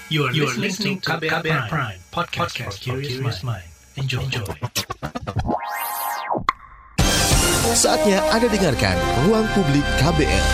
You are listening to KBR Prime, podcast for curious mind. Enjoy. Saatnya Anda dengarkan Ruang Publik KBR.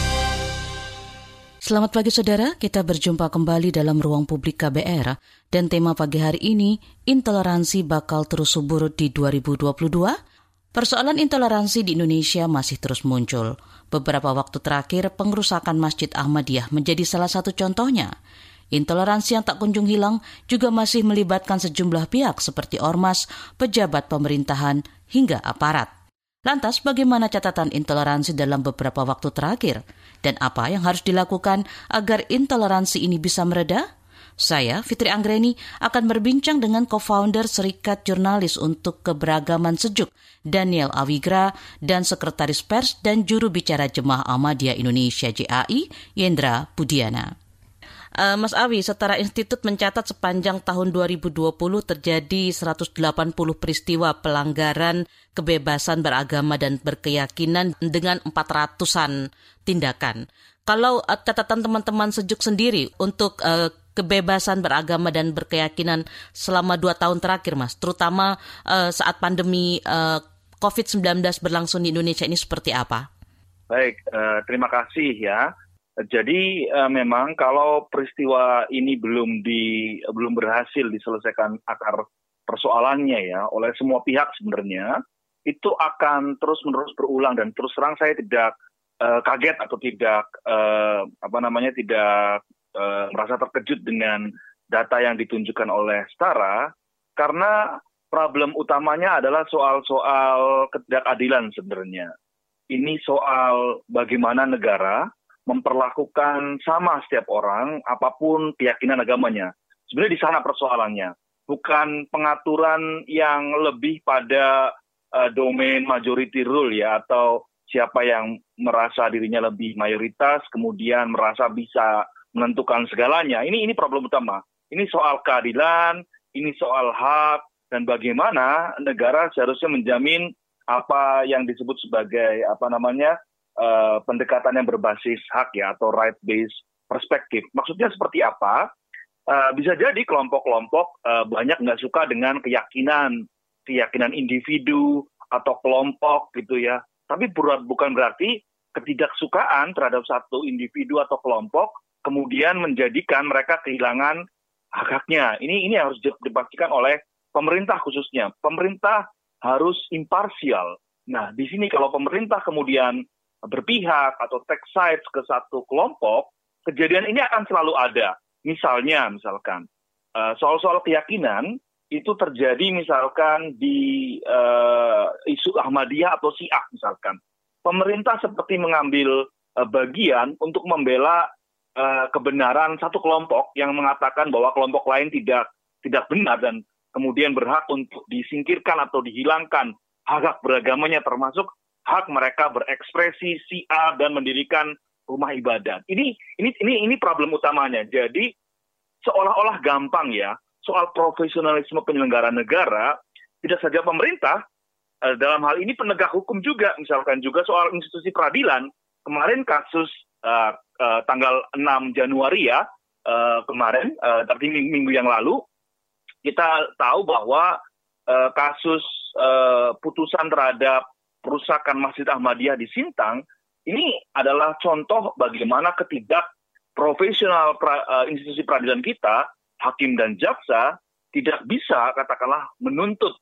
Selamat pagi saudara, kita berjumpa kembali dalam Ruang Publik KBR. Dan tema pagi hari ini, intoleransi bakal terus subur di 2022? Persoalan intoleransi di Indonesia masih terus muncul. Beberapa waktu terakhir, pengerusakan Masjid Ahmadiyah menjadi salah satu contohnya. Intoleransi yang tak kunjung hilang juga masih melibatkan sejumlah pihak seperti ormas, pejabat pemerintahan, hingga aparat. Lantas, bagaimana catatan intoleransi dalam beberapa waktu terakhir? Dan apa yang harus dilakukan agar intoleransi ini bisa mereda? Saya, Fitri Anggreni, akan berbincang dengan co-founder Serikat Jurnalis untuk Keberagaman Sejuk, Daniel Awigra, dan Sekretaris Pers dan Juru Bicara Jemaah Ahmadiyah Indonesia JAI, Yendra Budiana. Mas Awi, Setara Institut mencatat sepanjang tahun 2020 terjadi 180 peristiwa pelanggaran kebebasan beragama dan berkeyakinan dengan 400-an tindakan. Kalau catatan teman-teman Sejuk sendiri untuk kebebasan beragama dan berkeyakinan selama 2 tahun terakhir, Mas, terutama saat pandemi COVID-19 berlangsung di Indonesia ini seperti apa? Baik, terima kasih ya. Jadi memang kalau peristiwa ini belum berhasil diselesaikan akar persoalannya ya oleh semua pihak sebenarnya, itu akan terus-menerus berulang dan terus terang saya tidak kaget atau tidak merasa terkejut dengan data yang ditunjukkan oleh Setara, karena problem utamanya adalah soal-soal ketidakadilan sebenarnya. Ini soal bagaimana negara memperlakukan sama setiap orang, apapun keyakinan agamanya. Sebenarnya di sana persoalannya. Bukan pengaturan yang lebih pada domain majority rule ya, atau siapa yang merasa dirinya lebih mayoritas, kemudian merasa bisa menentukan segalanya. Ini problem utama. Ini soal keadilan, ini soal hak, dan bagaimana negara seharusnya menjamin apa yang disebut sebagai pendekatan yang berbasis hak ya, atau right-based perspektif. Maksudnya seperti apa? Bisa jadi kelompok-kelompok banyak nggak suka dengan keyakinan individu atau kelompok gitu ya. Tapi bukan berarti ketidaksukaan terhadap satu individu atau kelompok kemudian menjadikan mereka kehilangan hak-haknya. Ini harus dipastikan oleh pemerintah khususnya. Pemerintah harus imparsial. Nah, di sini kalau pemerintah kemudian berpihak atau take sides ke satu kelompok, kejadian ini akan selalu ada. Misalkan, soal-soal keyakinan itu terjadi misalkan di isu Ahmadiyah atau Syiah misalkan. Pemerintah seperti mengambil bagian untuk membela kebenaran satu kelompok yang mengatakan bahwa kelompok lain tidak benar dan kemudian berhak untuk disingkirkan atau dihilangkan hak beragamanya, termasuk hak mereka berekspresi, syiar, dan mendirikan rumah ibadah. Ini problem utamanya. Jadi seolah-olah gampang ya, soal profesionalisme penyelenggara negara, tidak saja pemerintah, dalam hal ini penegak hukum juga, misalkan juga soal institusi peradilan. Kemarin kasus tanggal 6 Januari ya, kemarin, tapi minggu yang lalu, kita tahu bahwa kasus putusan terhadap perusakan Masjid Ahmadiyah di Sintang, ini adalah contoh bagaimana profesional institusi peradilan kita, hakim dan jaksa, tidak bisa menuntut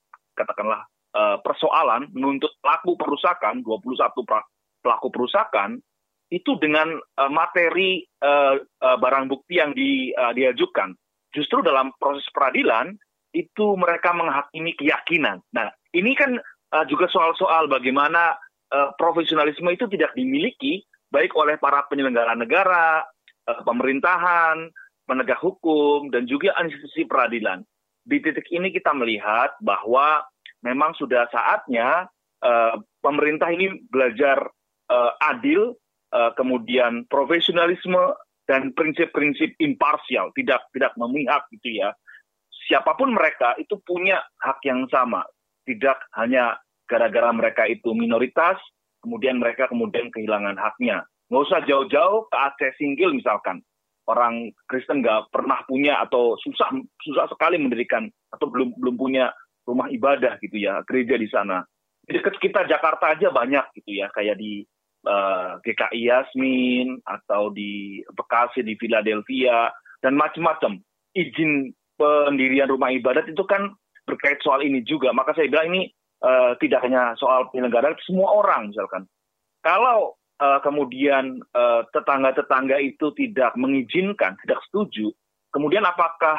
persoalan, menuntut pelaku perusakan, 21 pelaku perusakan, itu dengan materi barang bukti yang diajukan. Justru dalam proses peradilan, itu mereka menghakimi keyakinan. Nah, ini kan juga soal-soal bagaimana profesionalisme itu tidak dimiliki baik oleh para penyelenggara negara, pemerintahan, penegak hukum, dan juga institusi peradilan. Di titik ini kita melihat bahwa memang sudah saatnya pemerintah ini belajar adil, kemudian profesionalisme, dan prinsip-prinsip imparsial, tidak memihak gitu ya. Siapapun mereka itu punya hak yang sama, tidak hanya gara-gara mereka itu minoritas, kemudian mereka kehilangan haknya. Nggak usah jauh-jauh ke Aceh Singgil misalkan. orang Kristen nggak pernah punya atau susah sekali mendirikan atau belum punya rumah ibadah gitu ya, gereja di sana. Di dekat kita Jakarta aja banyak gitu ya, kayak di GKI Yasmin atau di Bekasi, di Philadelphia dan macam-macam. Izin pendirian rumah ibadat itu kan berkait soal ini juga. Maka saya bilang ini tidak hanya soal penyelenggara, semua orang misalkan. Kalau kemudian tetangga-tetangga itu tidak mengizinkan, tidak setuju, kemudian apakah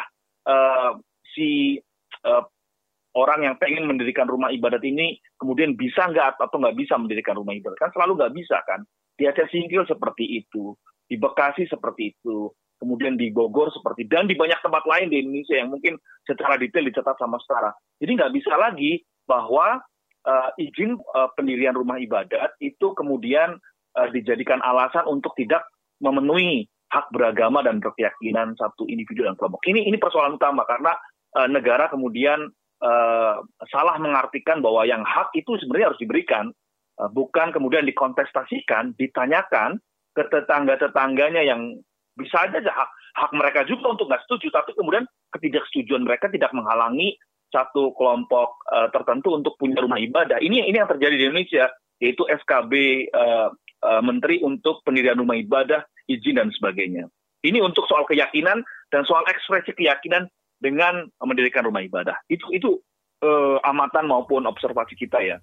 si orang yang pengen mendirikan rumah ibadat ini kemudian bisa nggak atau nggak bisa mendirikan rumah ibadat? Kan selalu nggak bisa kan. Di Aceh Singkil seperti itu, di Bekasi seperti itu, kemudian di Bogor seperti itu, dan di banyak tempat lain di Indonesia yang mungkin secara detail dicatat sama setara. Jadi nggak bisa lagi bahwa izin pendirian rumah ibadat itu kemudian dijadikan alasan untuk tidak memenuhi hak beragama dan berkeyakinan satu individu dan kelompok. Ini persoalan utama karena negara kemudian salah mengartikan bahwa yang hak itu sebenarnya harus diberikan, bukan kemudian dikontestasikan, ditanyakan ke tetangga-tetangganya yang bisa aja hak mereka juga untuk nggak setuju, tapi kemudian ketidaksetujuan mereka tidak menghalangi satu kelompok tertentu untuk punya rumah ibadah. Ini yang terjadi di Indonesia, yaitu SKB Menteri untuk pendirian rumah ibadah, izin dan sebagainya. Ini untuk soal keyakinan dan soal ekspresi keyakinan dengan mendirikan rumah ibadah. Itu amatan maupun observasi kita ya.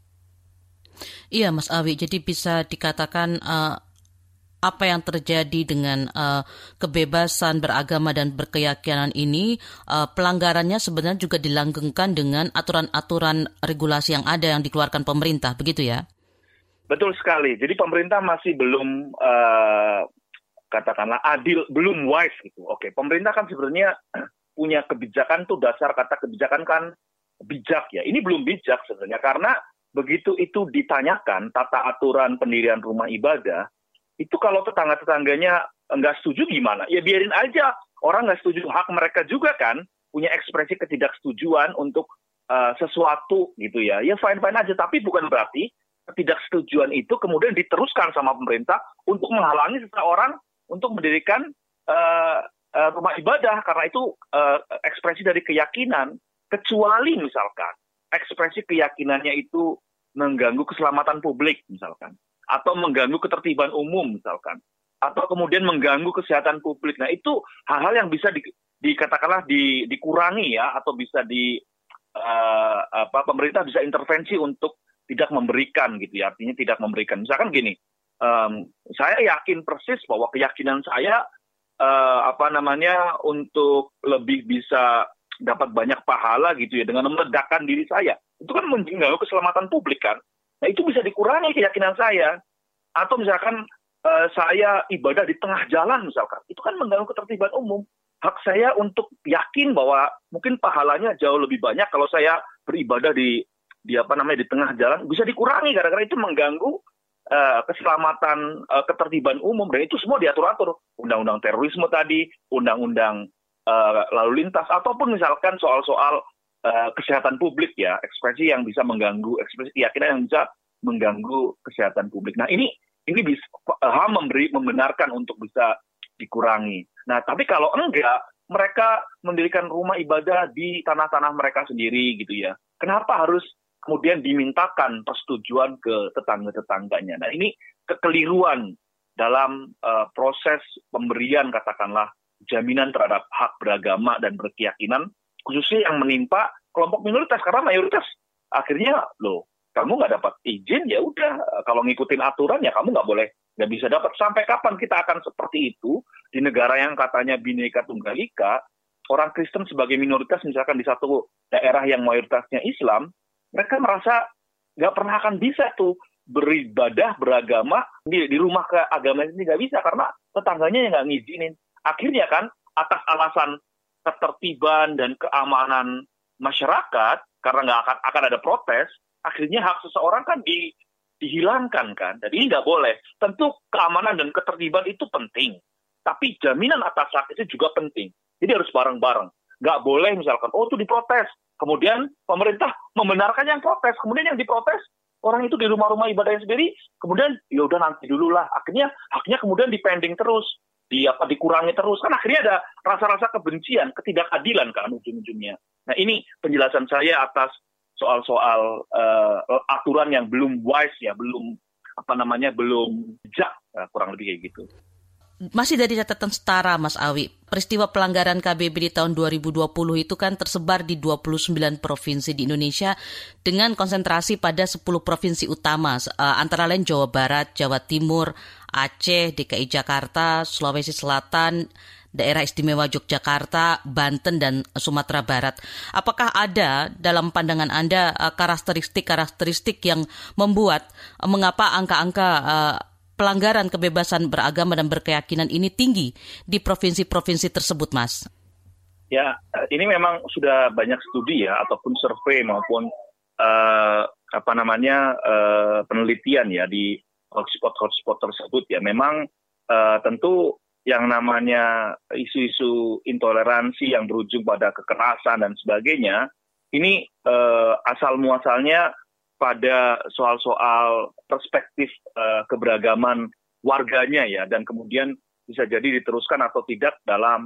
Iya Mas Awi, jadi bisa dikatakan apa yang terjadi dengan kebebasan beragama dan berkeyakinan ini, pelanggarannya sebenarnya juga dilanggengkan dengan aturan-aturan regulasi yang ada yang dikeluarkan pemerintah, begitu ya? Betul sekali. Jadi pemerintah masih belum katakanlah adil, belum wise gitu. Oke, pemerintah kan sebenarnya punya kebijakan tuh, dasar kata kebijakan kan bijak ya. Ini belum bijak sebenarnya karena begitu itu ditanyakan tata aturan pendirian rumah ibadah, itu kalau tetangga-tetangganya nggak setuju gimana? Ya biarin aja, orang nggak setuju, hak mereka juga kan punya ekspresi ketidaksetujuan untuk sesuatu gitu ya. Ya fine-fine aja, tapi bukan berarti ketidaksetujuan itu kemudian diteruskan sama pemerintah untuk menghalangi seseorang untuk mendirikan rumah ibadah, karena itu ekspresi dari keyakinan, kecuali misalkan ekspresi keyakinannya itu mengganggu keselamatan publik misalkan, atau mengganggu ketertiban umum misalkan, atau kemudian mengganggu kesehatan publik. Nah itu hal-hal yang bisa dikatakanlah dikurangi ya, atau bisa pemerintah bisa intervensi untuk tidak memberikan gitu ya, artinya tidak memberikan. Misalkan gini, saya yakin persis bahwa keyakinan saya untuk lebih bisa dapat banyak pahala gitu ya dengan meledakkan diri saya, itu kan mengganggu keselamatan publik kan. Nah itu bisa dikurangi keyakinan saya. Atau misalkan saya ibadah di tengah jalan misalkan, itu kan mengganggu ketertiban umum. Hak saya untuk yakin bahwa mungkin pahalanya jauh lebih banyak kalau saya beribadah di tengah jalan, bisa dikurangi gara-gara itu mengganggu keselamatan ketertiban umum, dan itu semua diatur-atur. Undang-undang terorisme tadi, undang-undang lalu lintas, ataupun misalkan soal-soal kesehatan publik ya, ekspresi yang bisa mengganggu, ekspresi keyakinan yang bisa mengganggu kesehatan publik. Nah ini bisa HAM membenarkan untuk bisa dikurangi. Nah tapi kalau enggak, mereka mendirikan rumah ibadah di tanah-tanah mereka sendiri gitu ya, kenapa harus kemudian dimintakan persetujuan ke tetangga-tetangganya? Nah ini kekeliruan dalam proses pemberian katakanlah jaminan terhadap hak beragama dan berkeyakinan, khususnya yang menimpa kelompok minoritas, karena mayoritas akhirnya kamu nggak dapat izin, ya udah, kalau ngikutin aturan ya kamu nggak bisa dapat. Sampai kapan kita akan seperti itu di negara yang katanya Bhinneka Tunggal Ika? Orang Kristen sebagai minoritas misalkan di satu daerah yang mayoritasnya Islam, mereka merasa nggak pernah akan bisa tuh beribadah, beragama di rumah keagamaan ini, nggak bisa karena tetangganya yang nggak ngizinin. Akhirnya kan atas alasan ketertiban dan keamanan masyarakat, karena nggak akan ada protes, akhirnya hak seseorang kan dihilangkan kan. Dan ini nggak boleh. Tentu keamanan dan ketertiban itu penting, tapi jaminan atas hak itu juga penting. Jadi harus bareng-bareng. Nggak boleh misalkan, itu diprotes. Kemudian pemerintah membenarkan yang protes. Kemudian yang diprotes, orang itu di rumah-rumah ibadahnya sendiri, kemudian ya udah nanti dulu lah. Akhirnya haknya kemudian dipending terus. dikurangi terus, kan akhirnya ada rasa-rasa kebencian, ketidakadilan kan ujung-ujungnya. Nah, ini penjelasan saya atas soal-soal aturan yang belum wise ya, belum bijak, kurang lebih kayak gitu. Masih dari catatan Setara, Mas Awi, peristiwa pelanggaran KBB di tahun 2020 itu kan tersebar di 29 provinsi di Indonesia dengan konsentrasi pada 10 provinsi utama, antara lain Jawa Barat, Jawa Timur, Aceh, DKI Jakarta, Sulawesi Selatan, Daerah Istimewa Yogyakarta, Banten, dan Sumatera Barat. Apakah ada dalam pandangan Anda karakteristik yang membuat mengapa angka-angka pelanggaran kebebasan beragama dan berkeyakinan ini tinggi di provinsi-provinsi tersebut, Mas? Ya, ini memang sudah banyak studi ya, ataupun survei maupun penelitian ya di hotspot tersebut ya. Memang tentu yang namanya isu-isu intoleransi yang berujung pada kekerasan dan sebagainya, ini asal muasalnya pada soal-soal perspektif keberagaman warganya ya, dan kemudian bisa jadi diteruskan atau tidak dalam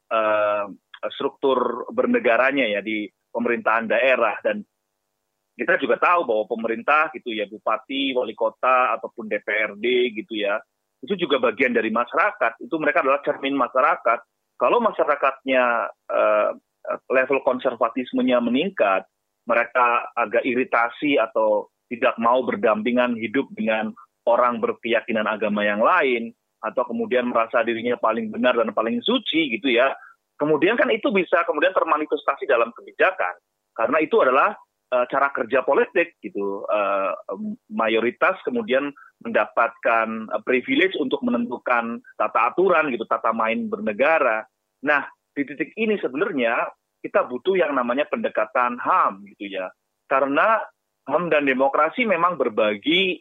struktur bernegaranya ya di pemerintahan daerah. Dan kita juga tahu bahwa pemerintah gitu ya, bupati, wali kota ataupun DPRD gitu ya, itu juga bagian dari masyarakat. Itu mereka adalah cermin masyarakat. Kalau masyarakatnya level konservatismenya meningkat, mereka agak iritasi atau tidak mau berdampingan hidup dengan orang berkeyakinan agama yang lain, atau kemudian merasa dirinya paling benar dan paling suci gitu ya. Kemudian kan itu bisa kemudian termanifestasi dalam kebijakan, karena itu adalah cara kerja politik gitu. Mayoritas kemudian mendapatkan privilege untuk menentukan tata aturan gitu, tata main bernegara. Nah, di titik ini sebenarnya kita butuh yang namanya pendekatan HAM gitu ya. Karena HAM dan demokrasi memang berbagi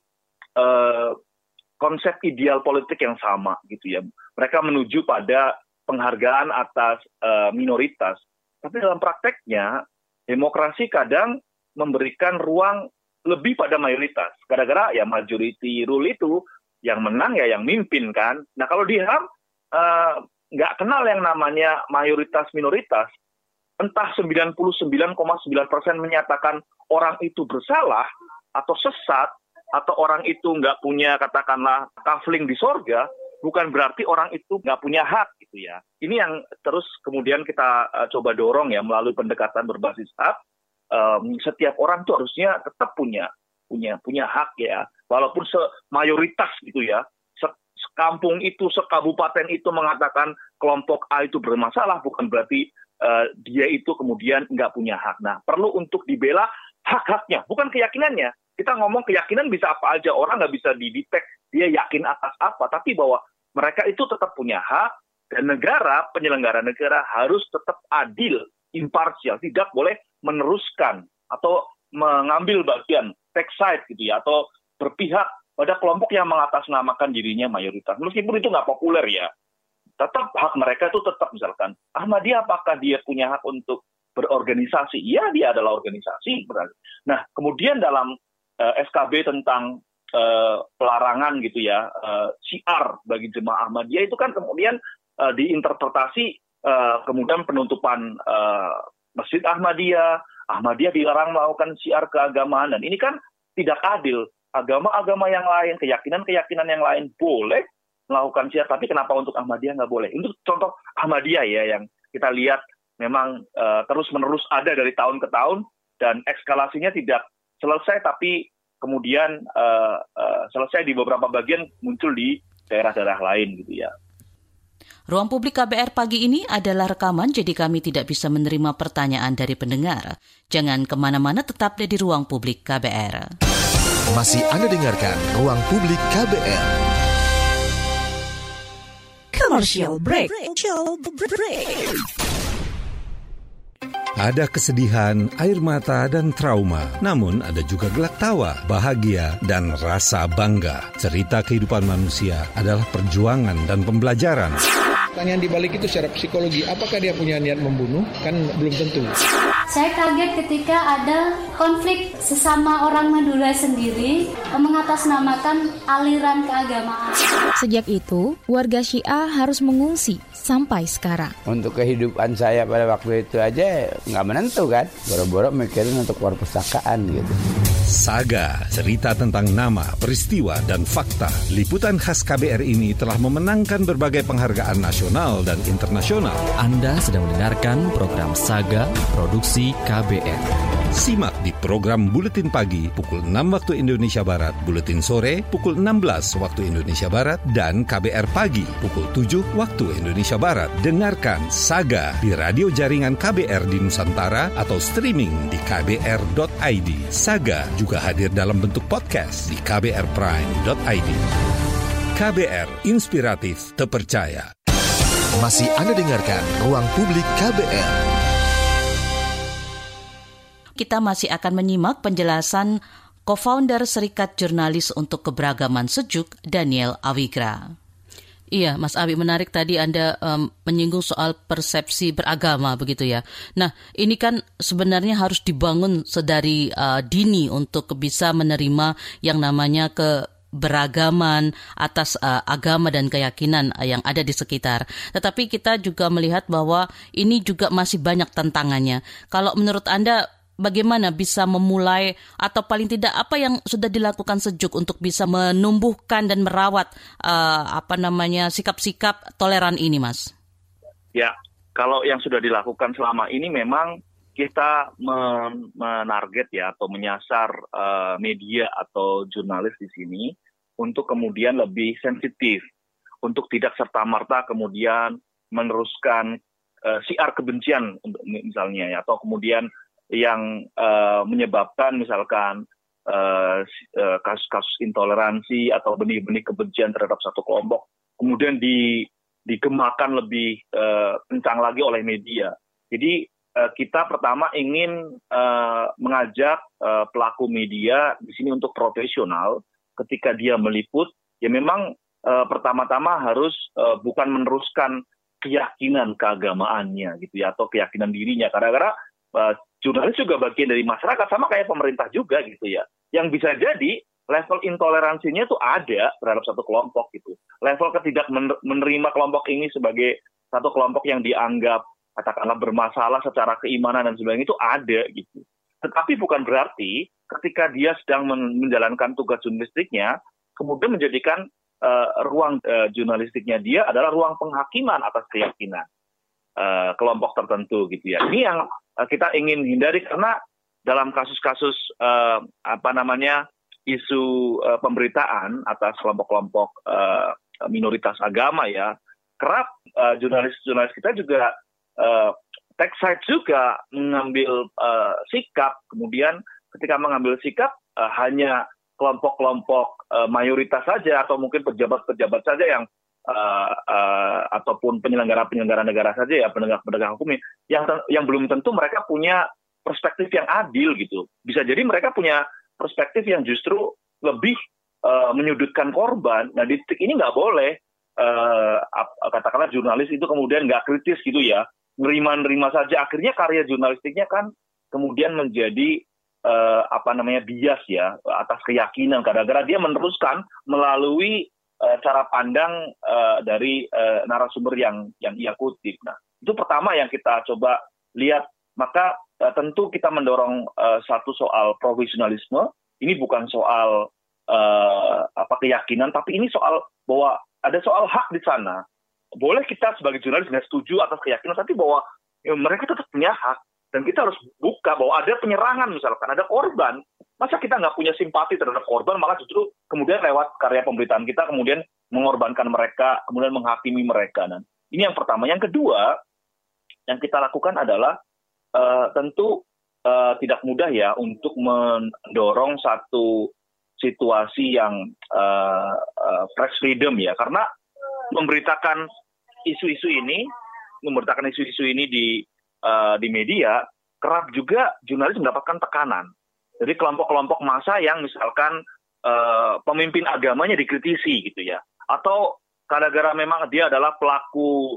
konsep ideal politik yang sama gitu ya. Mereka menuju pada penghargaan atas minoritas. Tapi dalam prakteknya, demokrasi kadang memberikan ruang lebih pada mayoritas. Gara-gara ya majority rule itu, yang menang ya yang mimpin kan. Nah kalau di HAM, nggak kenal yang namanya mayoritas-minoritas. Entah 99,9% menyatakan orang itu bersalah atau sesat, atau orang itu nggak punya katakanlah kafling di sorga, bukan berarti orang itu nggak punya hak gitu ya. Ini yang terus kemudian kita coba dorong ya melalui pendekatan berbasis hak. Setiap orang tuh harusnya tetap punya hak ya, walaupun mayoritas gitu ya. Sekampung itu, sekabupaten itu mengatakan kelompok A itu bermasalah, bukan berarti dia itu kemudian nggak punya hak. Nah, perlu untuk dibela hak-haknya, bukan keyakinannya. Kita ngomong keyakinan bisa apa aja, orang nggak bisa didetek dia yakin atas apa, tapi bahwa mereka itu tetap punya hak, dan negara, penyelenggara negara harus tetap adil, imparsial, tidak boleh meneruskan atau mengambil bagian, take side gitu ya, atau berpihak pada kelompok yang mengatasnamakan dirinya mayoritas. Meskipun itu nggak populer ya, tetap hak mereka itu tetap, misalkan Ahmadiyah apakah dia punya hak untuk berorganisasi? Iya, dia adalah organisasi berarti. Nah, kemudian dalam SKB tentang pelarangan gitu ya, syiar bagi jemaah Ahmadiyah itu kan kemudian diinterpretasi kemudian penutupan Masjid Ahmadiyah dilarang melakukan syiar keagamaan, dan ini kan tidak adil. Agama-agama yang lain, keyakinan-keyakinan yang lain boleh melakukan syiar, tapi kenapa untuk Ahmadiyah nggak boleh? Itu contoh Ahmadiyah ya, yang kita lihat memang terus-menerus ada dari tahun ke tahun, dan eskalasinya tidak selesai, tapi kemudian selesai di beberapa bagian, muncul di daerah-daerah lain gitu ya. Ruang Publik KBR pagi ini adalah rekaman, jadi kami tidak bisa menerima pertanyaan dari pendengar. Jangan kemana-mana, tetap di Ruang Publik KBR. Masih Anda dengarkan Ruang Publik KBR. Commercial break. Ada kesedihan, air mata, dan trauma. Namun ada juga gelak tawa, bahagia, dan rasa bangga. Cerita kehidupan manusia adalah perjuangan dan pembelajaran. Pertanyaan dibalik itu secara psikologi, apakah dia punya niat membunuh? Kan belum tentu. Saya kaget ketika ada konflik sesama orang Madura sendiri mengatasnamakan aliran keagamaan. Sejak itu, warga Syiah harus mengungsi sampai sekarang. Untuk kehidupan saya pada waktu itu aja nggak menentu kan. Boro-boro mikirin untuk perpustakaan gitu. Saga, cerita tentang nama, peristiwa, dan fakta. Liputan khas KBR ini telah memenangkan berbagai penghargaan nasional dan internasional. Anda sedang mendengarkan program Saga Produksi KBR. Simak di program Buletin Pagi pukul 6 waktu Indonesia Barat, Buletin Sore pukul 16 waktu Indonesia Barat, dan KBR Pagi pukul 7 waktu Indonesia Barat. Dengarkan Saga di radio jaringan KBR di Nusantara atau streaming di kbr.id. Saga juga hadir dalam bentuk podcast di kbrprime.id. KBR, inspiratif, terpercaya. Masih Anda dengarkan Ruang Publik KBR. Kita masih akan menyimak penjelasan co-founder Serikat Jurnalis untuk Keberagaman Sejuk, Daniel Awigra. Iya, Mas Abi, menarik tadi Anda menyinggung soal persepsi beragama begitu ya. Nah, ini kan sebenarnya harus dibangun sedari dini untuk bisa menerima yang namanya keberagaman atas agama dan keyakinan yang ada di sekitar. Tetapi kita juga melihat bahwa ini juga masih banyak tantangannya. Kalau menurut Anda, bagaimana bisa memulai atau paling tidak apa yang sudah dilakukan Sejuk untuk bisa menumbuhkan dan merawat sikap-sikap toleran ini, Mas? Ya, kalau yang sudah dilakukan selama ini memang kita menarget ya atau menyasar media atau jurnalis di sini untuk kemudian lebih sensitif, untuk tidak serta-merta kemudian meneruskan siar kebencian misalnya ya, atau kemudian yang menyebabkan misalkan kasus-kasus intoleransi atau benih-benih kebencian terhadap satu kelompok kemudian digemakan lebih kencang lagi oleh media. Jadi kita pertama ingin mengajak pelaku media di sini untuk profesional ketika dia meliput, ya memang pertama-tama harus bukan meneruskan keyakinan keagamaannya gitu ya, atau keyakinan dirinya. Karena jurnalis juga bagian dari masyarakat, sama kayak pemerintah juga gitu ya. Yang bisa jadi level intoleransinya itu ada terhadap satu kelompok gitu. Level ketidak menerima kelompok ini sebagai satu kelompok yang dianggap katakanlah bermasalah secara keimanan dan sebagainya itu ada gitu. Tetapi bukan berarti ketika dia sedang menjalankan tugas jurnalistiknya, kemudian menjadikan ruang jurnalistiknya dia adalah ruang penghakiman atas keyakinan kelompok tertentu gitu ya. Ini yang kita ingin hindari, karena dalam kasus-kasus isu pemberitaan atas kelompok-kelompok minoritas agama ya, kerap jurnalis-jurnalis kita juga take side juga, mengambil sikap, kemudian ketika mengambil sikap hanya kelompok-kelompok mayoritas saja atau mungkin pejabat-pejabat saja yang ataupun penyelenggara negara saja ya, penegak hukum yang belum tentu mereka punya perspektif yang adil gitu. Bisa jadi mereka punya perspektif yang justru lebih menyudutkan korban. Nah di titik ini nggak boleh katakanlah jurnalis itu kemudian nggak kritis gitu ya, nerima saja. Akhirnya karya jurnalistiknya kan kemudian menjadi bias ya atas keyakinan, gara-gara dia meneruskan melalui cara pandang dari narasumber yang ia kutip. Nah, itu pertama yang kita coba lihat. Maka tentu kita mendorong satu soal profesionalisme. Ini bukan soal keyakinan, tapi ini soal bahwa ada soal hak di sana. Boleh kita sebagai jurnalis nggak setuju atas keyakinan, tapi bahwa mereka tetap punya hak. Dan kita harus buka bahwa ada penyerangan misalkan, ada korban. Masa kita nggak punya simpati terhadap korban, malah justru kemudian lewat karya pemberitaan kita kemudian mengorbankan mereka, kemudian menghakimi mereka. Nah, ini yang pertama. Yang kedua, yang kita lakukan adalah tentu tidak mudah ya untuk mendorong satu situasi yang press freedom ya, karena memberitakan isu-isu ini di media, kerap juga jurnalis mendapatkan tekanan dari kelompok-kelompok massa yang misalkan pemimpin agamanya dikritisi gitu ya, atau gara-gara memang dia adalah pelaku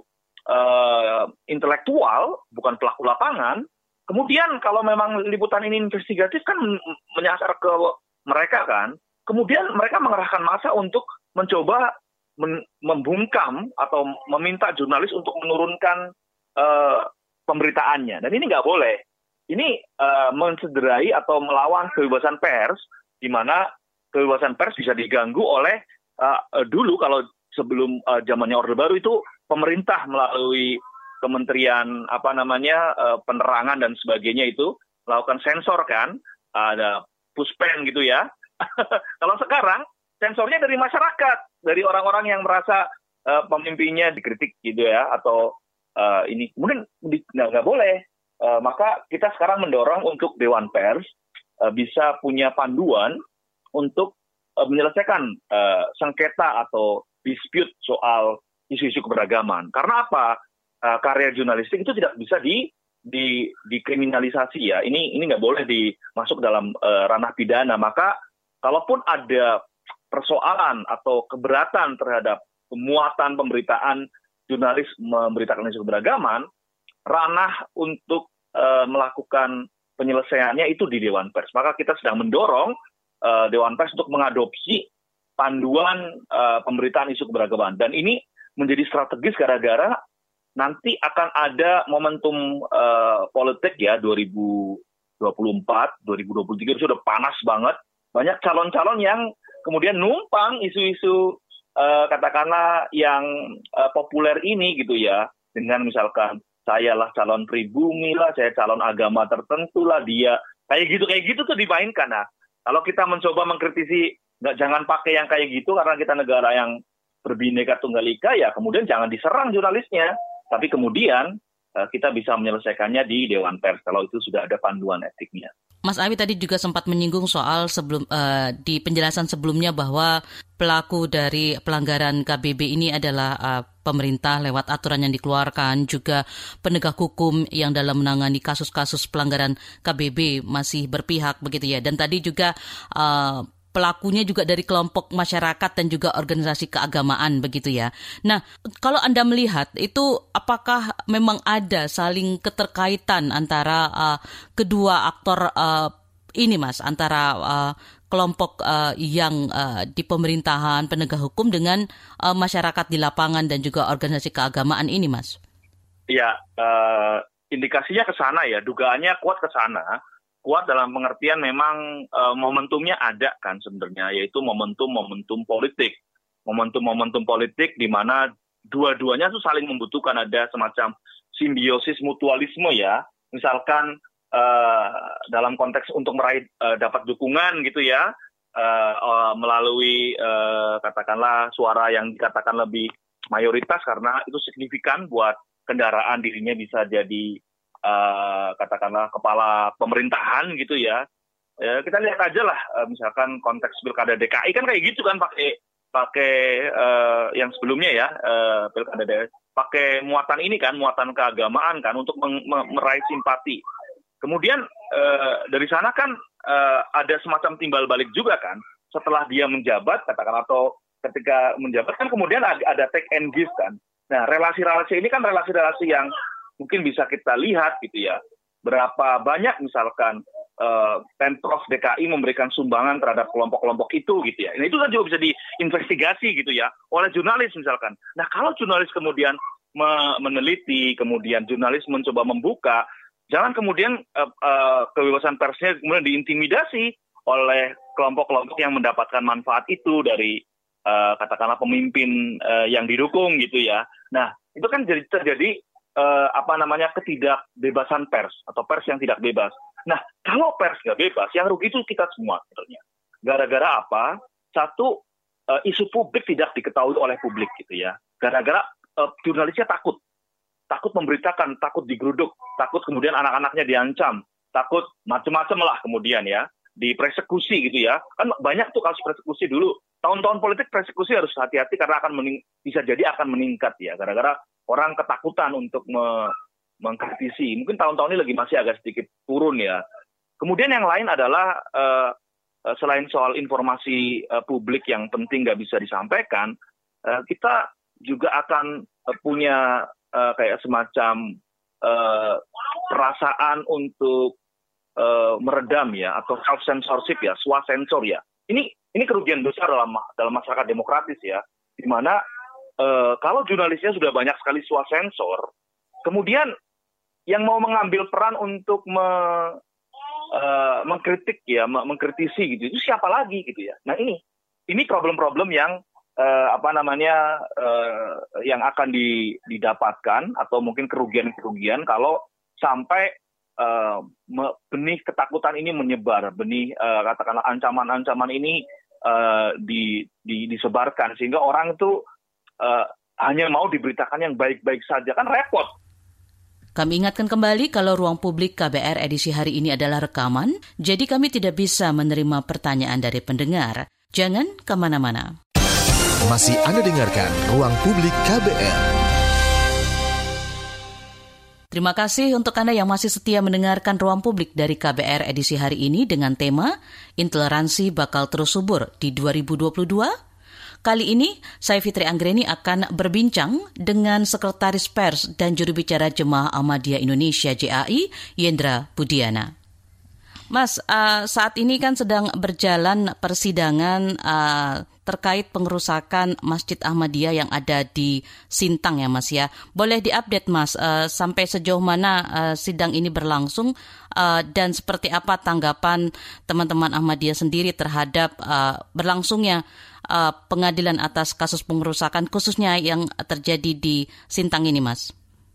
intelektual, bukan pelaku lapangan. Kemudian kalau memang liputan ini investigatif kan menyasar ke mereka kan, kemudian mereka mengerahkan massa untuk mencoba membungkam atau meminta jurnalis untuk menurunkan pemberitaannya. Dan ini nggak boleh. Ini mencederai atau melawan kebebasan pers, di mana kebebasan pers bisa diganggu oleh dulu kalau sebelum zamannya Orde Baru itu pemerintah melalui Kementerian penerangan dan sebagainya itu melakukan sensor kan, ada Puspen gitu ya. Kalau sekarang sensornya dari masyarakat, dari orang-orang yang merasa pemimpinnya dikritik gitu ya, atau ini kemudian nggak boleh. Maka kita sekarang mendorong untuk Dewan Pers bisa punya panduan untuk menyelesaikan sengketa atau dispute soal isu-isu keberagaman. Karena apa? Karya jurnalistik itu tidak bisa dikriminalisasi ya. Ini nggak boleh dimasuk dalam ranah pidana. Maka kalaupun ada persoalan atau keberatan terhadap pemuatan pemberitaan jurnalis memberitakan isu keberagaman, ranah untuk melakukan penyelesaiannya itu di Dewan Pers. Maka kita sedang mendorong Dewan Pers untuk mengadopsi panduan pemberitaan isu keberagaman. Dan ini menjadi strategis gara-gara nanti akan ada momentum politik ya, 2024, 2023 sudah panas banget. Banyak calon-calon yang kemudian numpang isu-isu katakanlah yang populer ini gitu ya. Dengan misalkan saya lah calon pribumi lah, saya calon agama tertentu lah, dia kayak gitu tuh dimainkan. Nah, kalau kita mencoba mengkritisi jangan pakai yang kayak gitu karena kita negara yang berbineka tunggal ika, ya kemudian jangan diserang jurnalisnya, tapi kemudian kita bisa menyelesaikannya di Dewan Pers kalau itu sudah ada panduan etiknya. Mas Awi tadi juga sempat menyinggung soal di penjelasan sebelumnya bahwa pelaku dari pelanggaran KBB ini adalah pemerintah lewat aturan yang dikeluarkan, juga penegak hukum yang dalam menangani kasus-kasus pelanggaran KBB masih berpihak begitu ya. Dan tadi juga pelakunya juga dari kelompok masyarakat dan juga organisasi keagamaan begitu ya. Nah, kalau Anda melihat itu apakah memang ada saling keterkaitan antara kedua aktor ini Mas, antara kelompok yang di pemerintahan, penegak hukum dengan masyarakat di lapangan dan juga organisasi keagamaan ini Mas? Ya, indikasinya ke sana ya, dugaannya kuat ke sana. Kuat dalam pengertian memang momentumnya ada kan sebenarnya, yaitu momentum politik. Momentum politik di mana dua-duanya tuh saling membutuhkan, ada semacam simbiosis mutualisme ya. Misalkan dalam konteks untuk meraih dapat dukungan gitu ya, melalui katakanlah suara yang dikatakan lebih mayoritas karena itu signifikan buat kendaraan dirinya bisa jadi katakanlah kepala pemerintahan gitu ya. Kita lihat aja lah misalkan konteks pilkada DKI kan kayak gitu kan, pakai yang sebelumnya ya, pilkada DKI pakai muatan ini kan, muatan keagamaan kan untuk meraih simpati. Kemudian dari sana kan ada semacam timbal balik juga kan, setelah dia menjabat katakan atau ketika menjabat kan kemudian ada take and give kan. Nah, relasi-relasi ini kan relasi-relasi yang mungkin bisa kita lihat gitu ya, berapa banyak misalkan Pemprov DKI memberikan sumbangan terhadap kelompok-kelompok itu gitu ya. Nah, itu kan juga bisa diinvestigasi gitu ya oleh jurnalis misalkan. Nah, kalau jurnalis kemudian meneliti, kemudian jurnalis mencoba membuka, jangan kemudian kebebasan persnya kemudian diintimidasi oleh kelompok-kelompok yang mendapatkan manfaat itu dari katakanlah pemimpin yang didukung gitu ya. Nah, itu kan terjadi ketidakbebasan pers atau pers yang tidak bebas. Nah, kalau pers nggak bebas, yang rugi itu kita semua sebenarnya. Gara-gara apa? Satu, isu publik tidak diketahui oleh publik gitu ya. Gara-gara jurnalisnya takut memberitakan, takut digeruduk, takut kemudian anak-anaknya diancam, takut macam-macam lah kemudian ya, dipersekusi gitu ya. Kan banyak tuh kasus persekusi dulu. Tahun-tahun politik persekusi harus hati-hati karena bisa jadi akan meningkat ya, gara-gara orang ketakutan untuk mengkritisi. Mungkin tahun-tahun ini masih agak sedikit turun ya. Kemudian yang lain adalah selain soal informasi publik yang penting nggak bisa disampaikan, kita juga akan punya kayak semacam perasaan untuk meredam ya, atau self censorship ya, swasensor ya. Ini kerugian besar dalam masyarakat demokratis ya, di mana kalau jurnalisnya sudah banyak sekali swasensor, kemudian yang mau mengambil peran untuk mengkritik ya, mengkritisi gitu, itu siapa lagi gitu ya. Nah ini problem-problem yang yang akan didapatkan, atau mungkin kerugian-kerugian kalau sampai benih ketakutan ini menyebar, benih katakanlah ancaman-ancaman ini disebarkan, sehingga orang itu hanya mau diberitakan yang baik-baik saja, kan repot. Kami ingatkan kembali kalau Ruang Publik KBR edisi hari ini adalah rekaman, jadi kami tidak bisa menerima pertanyaan dari pendengar. Jangan kemana-mana. Masih Anda dengarkan Ruang Publik KBR. Terima kasih untuk Anda yang masih setia mendengarkan Ruang Publik dari KBR edisi hari ini dengan tema Intoleransi Bakal Terus Subur di 2022. Kali ini, saya Fitri Anggreni akan berbincang dengan Sekretaris Pers dan Juru Bicara Jemaah Ahmadiyah Indonesia JAI, Yendra Budiana. Mas, saat ini kan sedang berjalan persidangan terkait pengerusakan Masjid Ahmadiyah yang ada di Sintang ya Mas ya. Boleh diupdate Mas, sampai sejauh mana sidang ini berlangsung dan seperti apa tanggapan teman-teman Ahmadiyah sendiri terhadap berlangsungnya pengadilan atas kasus pengerusakan khususnya yang terjadi di Sintang ini Mas?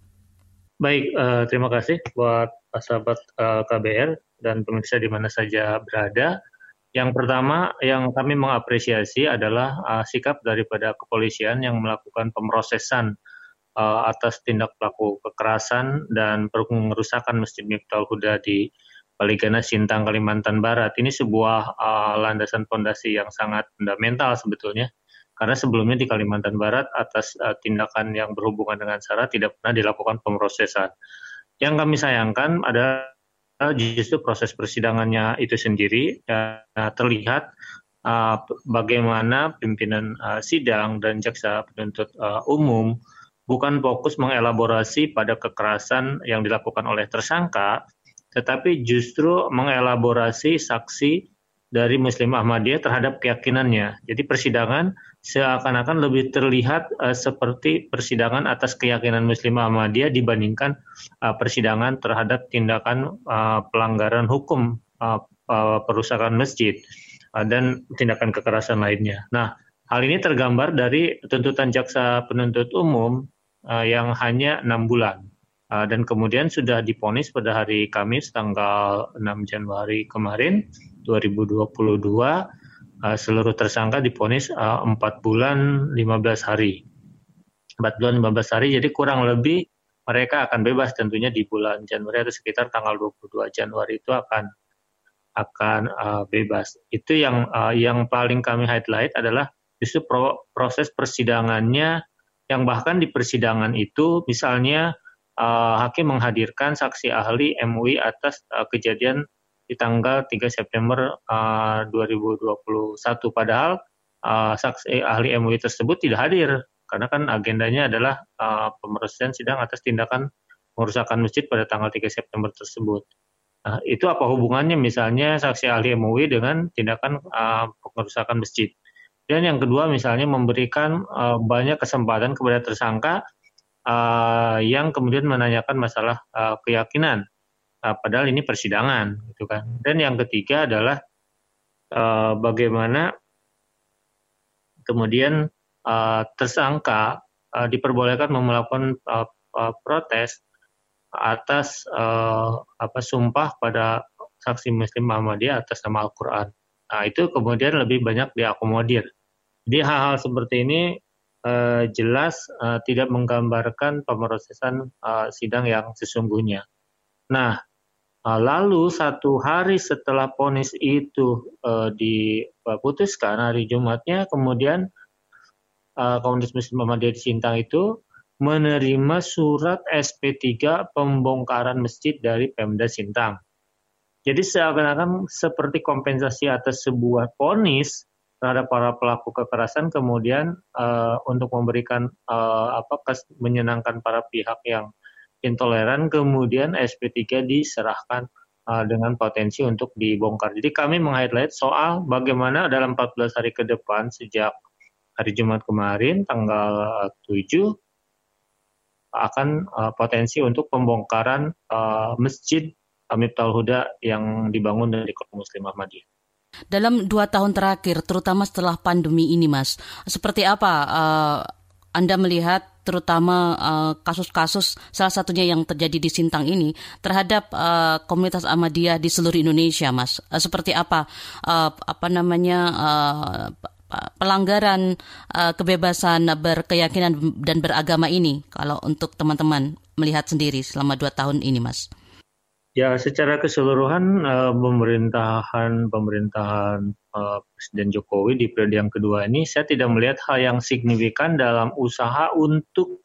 Baik, terima kasih buat sahabat KBR dan pemirsa di mana saja berada. Yang pertama yang kami mengapresiasi adalah sikap daripada kepolisian yang melakukan pemrosesan atas tindak pelaku kekerasan dan pengerusakan Masjid Miftahul Huda di Baligana Sintang, Kalimantan Barat. Ini sebuah landasan fondasi yang sangat fundamental sebetulnya, karena sebelumnya di Kalimantan Barat atas tindakan yang berhubungan dengan SARA tidak pernah dilakukan pemrosesan. Yang kami sayangkan adalah justru proses persidangannya itu sendiri terlihat bagaimana pimpinan sidang dan jaksa penuntut umum bukan fokus mengelaborasi pada kekerasan yang dilakukan oleh tersangka, tetapi justru mengelaborasi saksi dari Muslim Ahmadiyah terhadap keyakinannya. Jadi persidangan seakan-akan lebih terlihat seperti persidangan atas keyakinan Muslim Ahmadiyah dibandingkan persidangan terhadap tindakan pelanggaran hukum perusakan masjid dan tindakan kekerasan lainnya. Nah, hal ini tergambar dari tuntutan jaksa penuntut umum yang hanya 6 bulan. Dan kemudian sudah divonis pada hari Kamis tanggal 6 Januari kemarin 2022, seluruh tersangka divonis 4 bulan 15 hari. 4 bulan 15 hari, jadi kurang lebih mereka akan bebas tentunya di bulan Januari atau sekitar tanggal 22 Januari itu akan bebas. Itu yang paling kami highlight adalah justru proses persidangannya, yang bahkan di persidangan itu misalnya hakim menghadirkan saksi ahli MUI atas kejadian di tanggal 3 September 2021. Padahal saksi ahli MUI tersebut tidak hadir, karena kan agendanya adalah pemrosesan sidang atas tindakan pengerusakan masjid pada tanggal 3 September tersebut. Nah, itu apa hubungannya misalnya saksi ahli MUI dengan tindakan pengerusakan masjid? Dan yang kedua misalnya memberikan banyak kesempatan kepada tersangka yang kemudian menanyakan masalah keyakinan, padahal ini persidangan, gitu kan. Dan yang ketiga adalah bagaimana kemudian tersangka diperbolehkan melakukan protes atas sumpah pada saksi Muslim Ahmadiyah atas nama Al-Quran. Nah, itu kemudian lebih banyak diakomodir. Jadi hal-hal seperti ini jelas tidak menggambarkan pemrosesan sidang yang sesungguhnya. Nah, lalu 1 hari setelah vonis itu diputuskan hari Jumatnya, kemudian Komunitas Muslim Ahmadiyah di Sintang itu menerima surat SP3 pembongkaran masjid dari Pemda Sintang. Jadi seakan-akan seperti kompensasi atas sebuah vonis terhadap para pelaku kekerasan, kemudian untuk memberikan menyenangkan para pihak yang intoleran, kemudian SP3 diserahkan dengan potensi untuk dibongkar. Jadi kami meng-highlight soal bagaimana dalam 14 hari ke depan sejak hari Jumat kemarin tanggal 7 akan potensi untuk pembongkaran Masjid Miftahul Huda yang dibangun dari kaum Muslim Ahmadiyah. Dalam 2 tahun terakhir, terutama setelah pandemi ini, Mas, seperti apa Anda melihat terutama kasus-kasus salah satunya yang terjadi di Sintang ini terhadap komunitas Ahmadiyah di seluruh Indonesia, Mas? Seperti apa pelanggaran kebebasan berkeyakinan dan beragama ini kalau untuk teman-teman melihat sendiri selama 2 tahun ini, Mas? Ya, secara keseluruhan pemerintahan Presiden Jokowi di periode yang kedua ini, saya tidak melihat hal yang signifikan dalam usaha untuk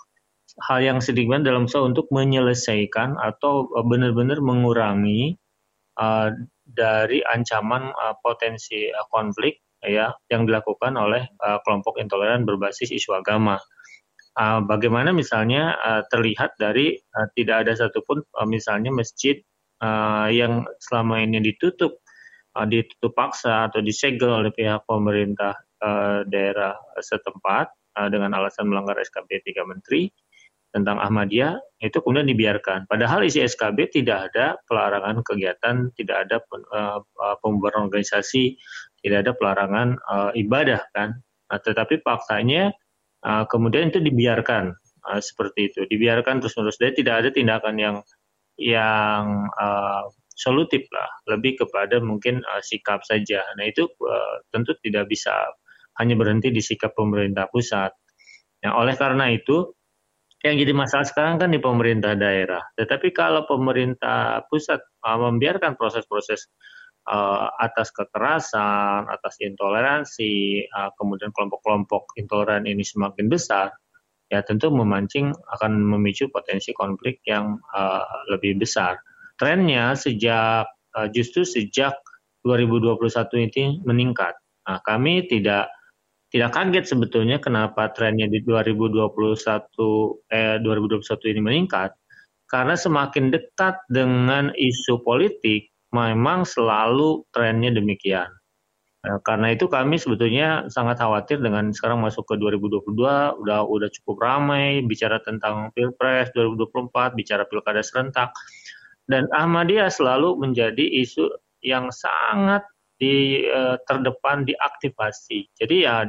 menyelesaikan atau benar-benar mengurangi dari ancaman potensi konflik ya yang dilakukan oleh kelompok intoleran berbasis isu agama. Bagaimana misalnya terlihat dari tidak ada satupun misalnya masjid yang selama ini ditutup paksa atau disegel oleh pihak pemerintah daerah setempat dengan alasan melanggar SKB 3 Menteri tentang Ahmadiyah, itu kemudian dibiarkan. Padahal isi SKB tidak ada pelarangan kegiatan, tidak ada pembubaran organisasi, tidak ada pelarangan ibadah kan. Tetapi faktanya kemudian itu dibiarkan seperti itu, dibiarkan terus-menerus. Jadi tidak ada tindakan yang solutif lah, lebih kepada mungkin sikap saja. Nah itu tentu tidak bisa hanya berhenti di sikap pemerintah pusat. Nah, oleh karena itu yang jadi masalah sekarang kan di pemerintah daerah. Tetapi kalau pemerintah pusat membiarkan proses-proses atas kekerasan, atas intoleransi, kemudian kelompok-kelompok intoleran ini semakin besar, ya tentu akan memicu potensi konflik yang lebih besar. Trennya justru sejak 2021 ini meningkat. Nah, kami tidak kaget sebetulnya kenapa trennya di 2021 ini meningkat, karena semakin dekat dengan isu politik memang selalu trennya demikian. Karena itu kami sebetulnya sangat khawatir dengan sekarang masuk ke 2022, udah cukup ramai bicara tentang Pilpres 2024, bicara pilkada serentak. Dan Ahmadiyah selalu menjadi isu yang sangat terdepan diaktifasi. Jadi ya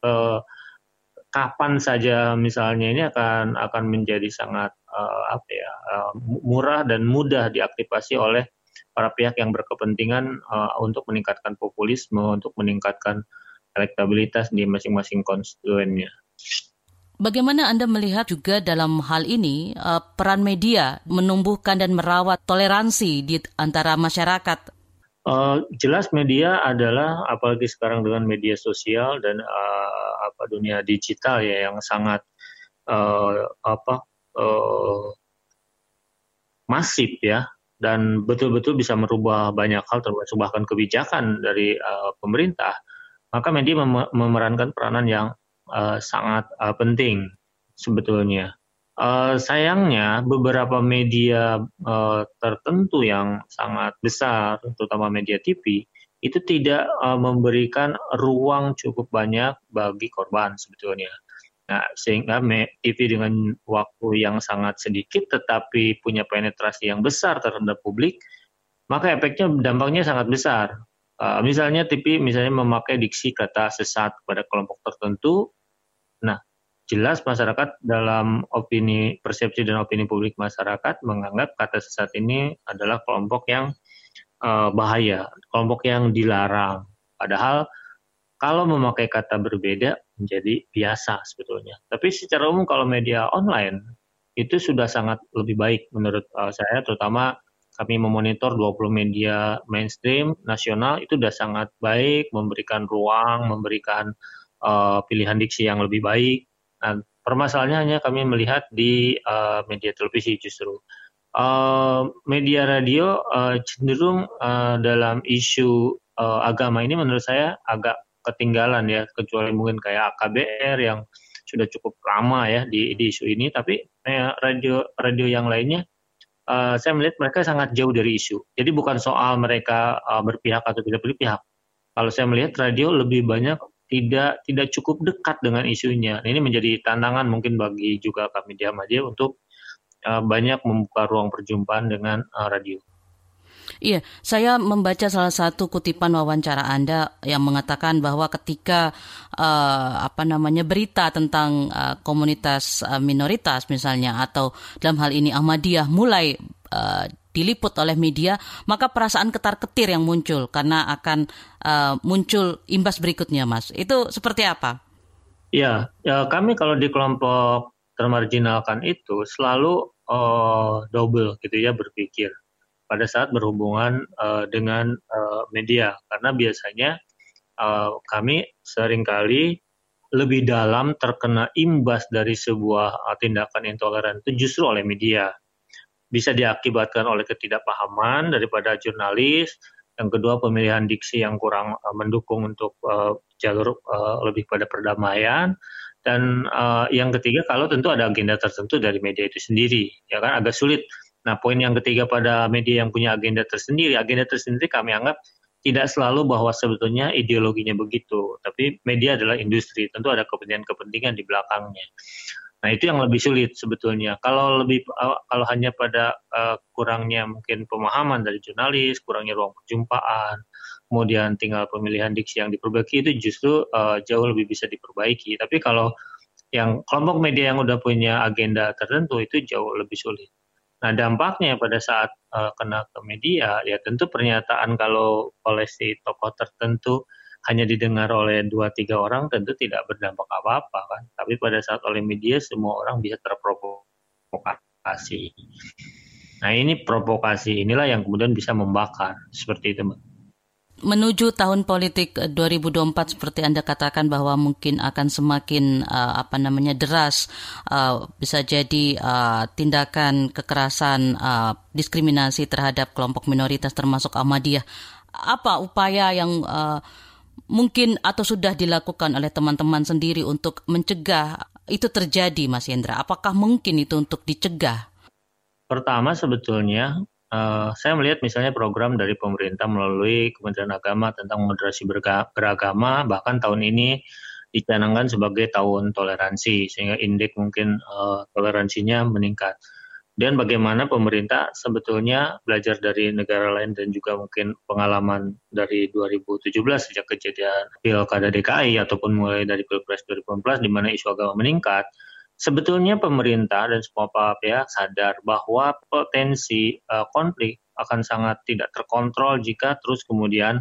kapan saja misalnya ini akan menjadi sangat murah dan mudah diaktifasi oleh para pihak yang berkepentingan untuk meningkatkan populisme, untuk meningkatkan elektabilitas di masing-masing konstituennya. Bagaimana Anda melihat juga dalam hal ini peran media menumbuhkan dan merawat toleransi di antara masyarakat? Jelas media adalah, apalagi sekarang dengan media sosial dan dunia digital ya yang sangat masif ya. Dan betul-betul bisa merubah banyak hal, termasuk bahkan kebijakan dari pemerintah, maka media memerankan peranan yang sangat penting sebetulnya. Sayangnya beberapa media tertentu yang sangat besar, terutama media TV, itu tidak memberikan ruang cukup banyak bagi korban sebetulnya. Nah, sehingga TV dengan waktu yang sangat sedikit tetapi punya penetrasi yang besar terhadap publik, maka dampaknya sangat besar. Misalnya TV memakai diksi kata sesat pada kelompok tertentu. Nah, jelas masyarakat dalam persepsi dan opini publik masyarakat menganggap kata sesat ini adalah kelompok yang bahaya, kelompok yang dilarang. Padahal kalau memakai kata berbeda menjadi biasa sebetulnya. Tapi secara umum kalau media online itu sudah sangat lebih baik menurut saya, terutama kami memonitor 20 media mainstream nasional itu sudah sangat baik, memberikan ruang, memberikan pilihan diksi yang lebih baik. Nah, permasalahannya hanya kami melihat di media televisi justru. Media radio cenderung dalam isu agama ini menurut saya agak ketinggalan ya, kecuali mungkin kayak KBR yang sudah cukup lama ya di isu ini, tapi radio yang lainnya saya melihat mereka sangat jauh dari isu. Jadi bukan soal mereka berpihak atau tidak berpihak. Kalau saya melihat radio lebih banyak tidak cukup dekat dengan isunya. Ini menjadi tantangan mungkin bagi juga kami di Ahmadiyah untuk banyak membuka ruang perjumpaan dengan radio. Iya, saya membaca salah satu kutipan wawancara Anda yang mengatakan bahwa ketika berita tentang komunitas minoritas misalnya, atau dalam hal ini Ahmadiyah mulai diliput oleh media, maka perasaan ketar-ketir yang muncul karena akan muncul imbas berikutnya, Mas. Itu seperti apa? Ya, kami kalau di kelompok termarginalkan itu selalu double gitu ya berpikir pada saat berhubungan dengan media, karena biasanya kami seringkali lebih dalam terkena imbas dari sebuah tindakan intoleran itu justru oleh media. Bisa diakibatkan oleh ketidakpahaman daripada jurnalis, yang kedua pemilihan diksi yang kurang mendukung untuk jalur lebih pada perdamaian, dan yang ketiga kalau tentu ada agenda tertentu dari media itu sendiri, ya kan agak sulit. Nah, poin yang ketiga pada media yang punya agenda tersendiri kami anggap tidak selalu bahwa sebetulnya ideologinya begitu, tapi media adalah industri, tentu ada kepentingan-kepentingan di belakangnya. Nah, itu yang lebih sulit sebetulnya. Kalau hanya pada kurangnya mungkin pemahaman dari jurnalis, kurangnya ruang perjumpaan, kemudian tinggal pemilihan diksi yang diperbaiki, itu justru jauh lebih bisa diperbaiki. Tapi kalau yang kelompok media yang udah punya agenda tertentu itu jauh lebih sulit. Nah, dampaknya pada saat kena ke media, ya tentu pernyataan kalau oleh si tokoh tertentu hanya didengar oleh 2-3 orang tentu tidak berdampak apa-apa kan. Tapi pada saat oleh media semua orang bisa terprovokasi. Nah, ini provokasi inilah yang kemudian bisa membakar, seperti itu, Mbak. Menuju tahun politik 2024 seperti Anda katakan bahwa mungkin akan semakin deras, bisa jadi tindakan kekerasan, diskriminasi terhadap kelompok minoritas termasuk Ahmadiyah. Apa upaya yang mungkin atau sudah dilakukan oleh teman-teman sendiri untuk mencegah itu terjadi, Mas Hendra? Apakah mungkin itu untuk dicegah? Pertama sebetulnya saya melihat misalnya program dari pemerintah melalui Kementerian Agama tentang moderasi beragama, bahkan tahun ini dicanangkan sebagai tahun toleransi, sehingga indeks mungkin toleransinya meningkat. Dan bagaimana pemerintah sebetulnya belajar dari negara lain dan juga mungkin pengalaman dari 2017 sejak kejadian Pilkada DKI ataupun mulai dari Pilpres 2014 di mana isu agama meningkat. Sebetulnya pemerintah dan semua pihak sadar bahwa potensi konflik akan sangat tidak terkontrol jika terus kemudian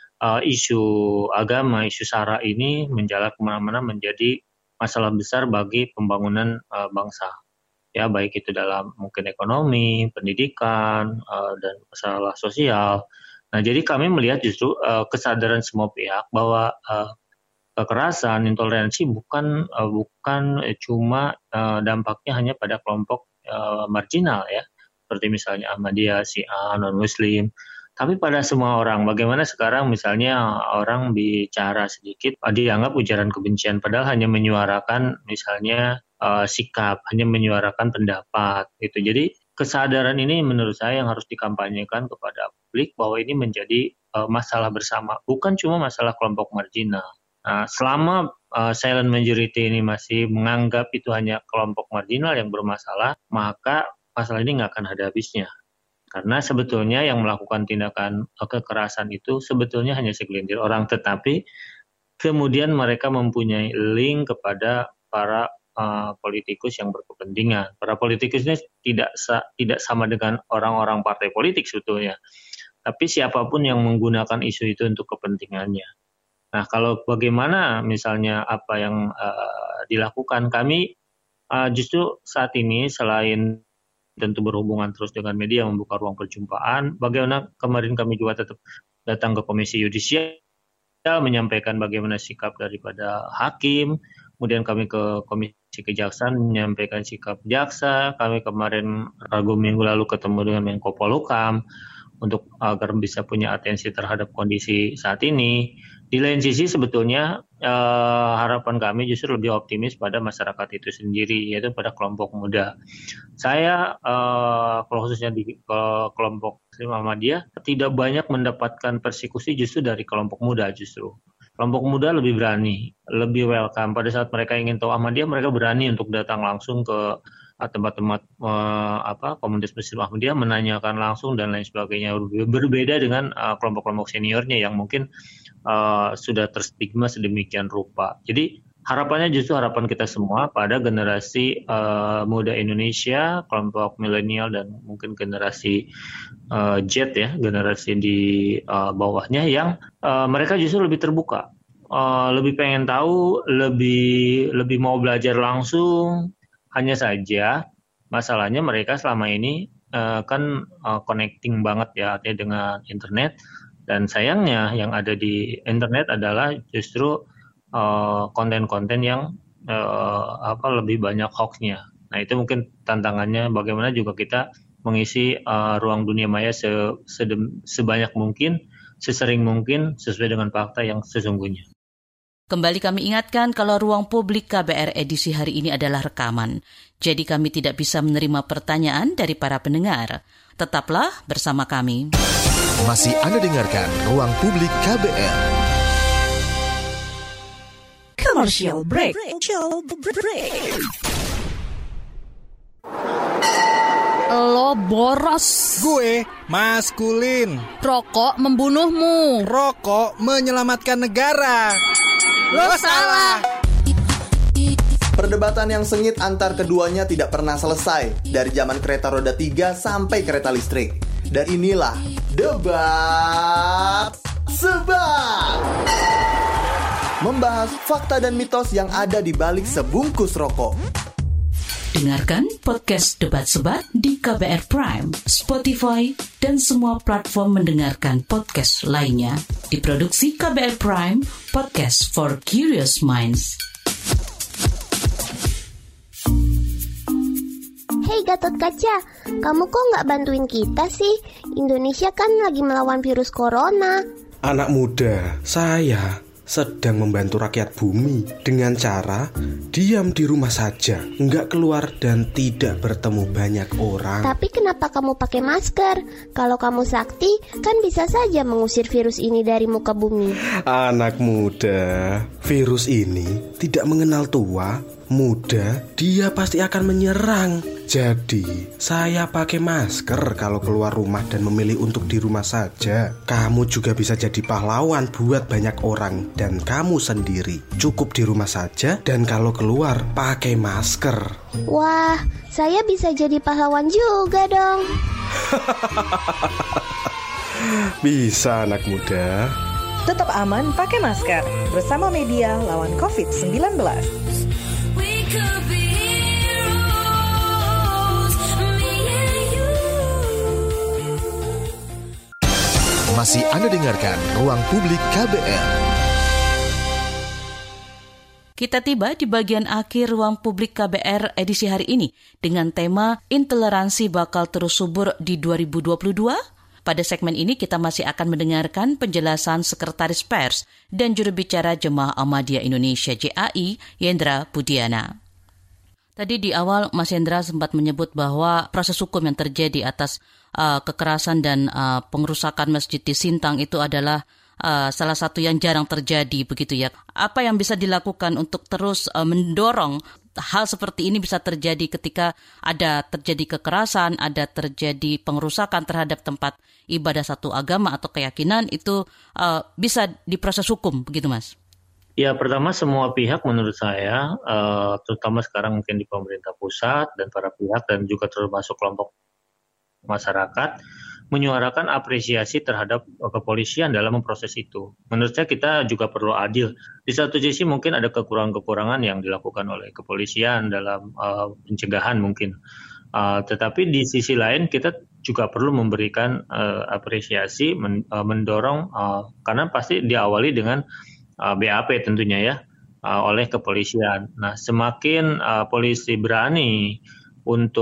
isu agama, isu SARA ini menjalar kemana-mana menjadi masalah besar bagi pembangunan bangsa. Ya, baik itu dalam mungkin ekonomi, pendidikan, dan masalah sosial. Nah, jadi kami melihat justru kesadaran semua pihak bahwa kekerasan, intoleransi bukan cuma dampaknya hanya pada kelompok marginal ya, seperti misalnya Ahmadiyah, Syiah, non-Muslim, tapi pada semua orang. Bagaimana sekarang misalnya orang bicara sedikit dianggap ujaran kebencian, padahal hanya menyuarakan misalnya sikap, hanya menyuarakan pendapat gitu. Jadi kesadaran ini menurut saya yang harus dikampanyekan kepada publik bahwa ini menjadi masalah bersama, bukan cuma masalah kelompok marginal. Nah, selama silent majority ini masih menganggap itu hanya kelompok marginal yang bermasalah, maka masalah ini nggak akan ada habisnya. Karena sebetulnya yang melakukan tindakan kekerasan itu sebetulnya hanya segelintir orang, tetapi kemudian mereka mempunyai link kepada para politikus yang berkepentingan. Para politikus ini tidak sama dengan orang-orang partai politik sebetulnya, tapi siapapun yang menggunakan isu itu untuk kepentingannya. Nah, kalau bagaimana misalnya apa yang dilakukan, kami justru saat ini selain tentu berhubungan terus dengan media, membuka ruang perjumpaan, bagaimana kemarin kami juga tetap datang ke Komisi Yudisial, menyampaikan bagaimana sikap daripada hakim, kemudian kami ke Komisi Kejaksaan menyampaikan sikap jaksa, kami kemarin Rabu minggu lalu ketemu dengan Menko Polhukam, untuk agar bisa punya atensi terhadap kondisi saat ini. Di lain sisi sebetulnya harapan kami justru lebih optimis pada masyarakat itu sendiri, yaitu pada kelompok muda. Saya kalau khususnya di kelompok Muhammadiyah tidak banyak mendapatkan persekusi justru dari kelompok muda justru. Kelompok muda lebih berani, lebih welcome. Pada saat mereka ingin tahu Ahmadiyah, mereka berani untuk datang langsung ke tempat-tempat komunitas Muslim Ahmadiyah, menanyakan langsung dan lain sebagainya. Berbeda dengan kelompok-kelompok seniornya yang mungkin sudah terstigma sedemikian rupa. Jadi harapannya justru harapan kita semua pada generasi muda Indonesia, kelompok milenial dan mungkin generasi Z ya, generasi di bawahnya yang mereka justru lebih terbuka, lebih pengen tahu, lebih mau belajar langsung. Hanya saja masalahnya mereka selama ini kan connecting banget ya, artinya dengan internet, dan sayangnya yang ada di internet adalah justru konten-konten yang lebih banyak hoax-nya. Nah, itu mungkin tantangannya bagaimana juga kita mengisi ruang dunia maya sebanyak mungkin, sesering mungkin sesuai dengan fakta yang sesungguhnya. Kembali kami ingatkan kalau ruang publik KBR edisi hari ini adalah rekaman. Jadi kami tidak bisa menerima pertanyaan dari para pendengar. Tetaplah bersama kami. Masih Anda dengarkan Ruang Publik KBR. Commercial break. Lo boros. Gue maskulin. Rokok membunuhmu. Rokok menyelamatkan negara. Lo salah. Perdebatan yang sengit antar keduanya tidak pernah selesai dari zaman kereta roda 3 sampai kereta listrik. Dan inilah Debat Sebat. Membahas fakta dan mitos yang ada di balik sebungkus rokok. Dengarkan podcast Debat Sebat di KBR Prime, Spotify, dan semua platform mendengarkan podcast lainnya. Diproduksi KBR Prime, podcast for curious minds. Hei Gatot Kaca, kamu kok nggak bantuin kita sih? Indonesia kan lagi melawan virus corona. Anak muda, saya sedang membantu rakyat bumi dengan cara diam di rumah saja, nggak keluar dan tidak bertemu banyak orang. Tapi kenapa kamu pakai masker? Kalau kamu sakti, kan bisa saja mengusir virus ini dari muka bumi. Anak muda, virus ini tidak mengenal tua, muda, dia pasti akan menyerang. Jadi, saya pakai masker kalau keluar rumah dan memilih untuk di rumah saja. Kamu juga bisa jadi pahlawan buat banyak orang dan kamu sendiri. Cukup di rumah saja dan kalau keluar pakai masker. Wah, saya bisa jadi pahlawan juga dong. Bisa anak muda. Tetap aman pakai masker. Bersama media lawan COVID-19. Masih Anda dengarkan Ruang Publik KBR. Kita tiba di bagian akhir Ruang Publik KBR edisi hari ini dengan tema Intoleransi bakal terus subur di 2022. Pada segmen ini kita masih akan mendengarkan penjelasan Sekretaris Pers dan juru bicara Jemaah Ahmadiyah Indonesia JAI, Yendra Budiana. Tadi di awal Mas Yendra sempat menyebut bahwa proses hukum yang terjadi atas kekerasan dan pengerusakan masjid di Sintang itu adalah salah satu yang jarang terjadi begitu ya. Apa yang bisa dilakukan untuk terus mendorong hal seperti ini bisa terjadi ketika ada terjadi kekerasan, ada terjadi pengerusakan terhadap tempat ibadah satu agama atau keyakinan itu bisa diproses hukum begitu Mas? Ya, pertama semua pihak menurut saya, terutama sekarang mungkin di pemerintah pusat dan para pihak dan juga termasuk kelompok masyarakat, menyuarakan apresiasi terhadap kepolisian dalam memproses itu. Menurut saya kita juga perlu adil. Di satu sisi mungkin ada kekurangan-kekurangan yang dilakukan oleh kepolisian dalam pencegahan mungkin. Tetapi di sisi lain kita juga perlu memberikan apresiasi, mendorong, karena pasti diawali dengan BAP tentunya ya, oleh kepolisian. Nah, semakin polisi berani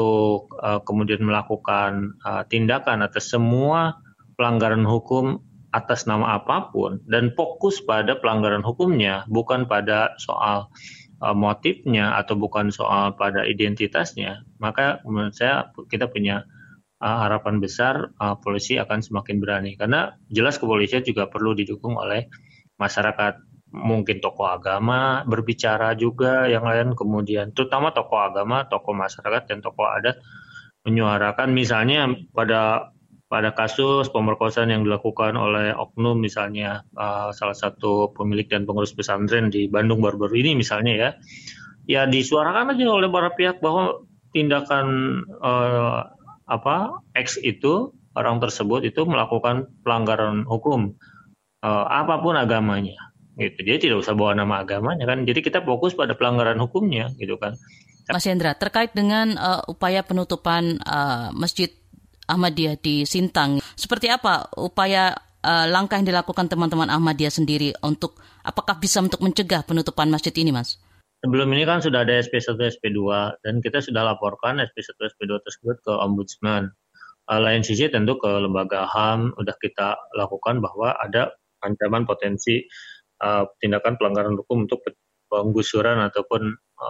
untuk kemudian melakukan tindakan atas semua pelanggaran hukum atas nama apapun dan fokus pada pelanggaran hukumnya, bukan pada soal motifnya atau bukan soal pada identitasnya, maka menurut saya kita punya harapan besar polisi akan semakin berani. Karena jelas kepolisian juga perlu didukung oleh masyarakat, mungkin tokoh agama berbicara juga, yang lain, kemudian terutama tokoh agama, tokoh masyarakat dan tokoh adat menyuarakan, misalnya pada kasus pemerkosaan yang dilakukan oleh oknum, misalnya salah satu pemilik dan pengurus pesantren di Bandung baru-baru ini misalnya ya disuarakan aja oleh para pihak bahwa tindakan X itu, orang tersebut itu melakukan pelanggaran hukum apapun agamanya gitu. Jadi tidak usah bawa nama agamanya kan. Jadi kita fokus pada pelanggaran hukumnya gitu kan. Mas Hendra, terkait dengan upaya penutupan Masjid Ahmadiyah di Sintang, seperti apa upaya langkah yang dilakukan teman-teman Ahmadiyah sendiri apakah bisa untuk mencegah penutupan masjid ini, Mas? Sebelum ini kan sudah ada SP1, SP2 dan kita sudah laporkan SP1, SP2 tersebut ke Ombudsman. Lain sisi tentu ke lembaga HAM sudah kita lakukan bahwa ada ancaman potensi tindakan pelanggaran hukum untuk penggusuran ataupun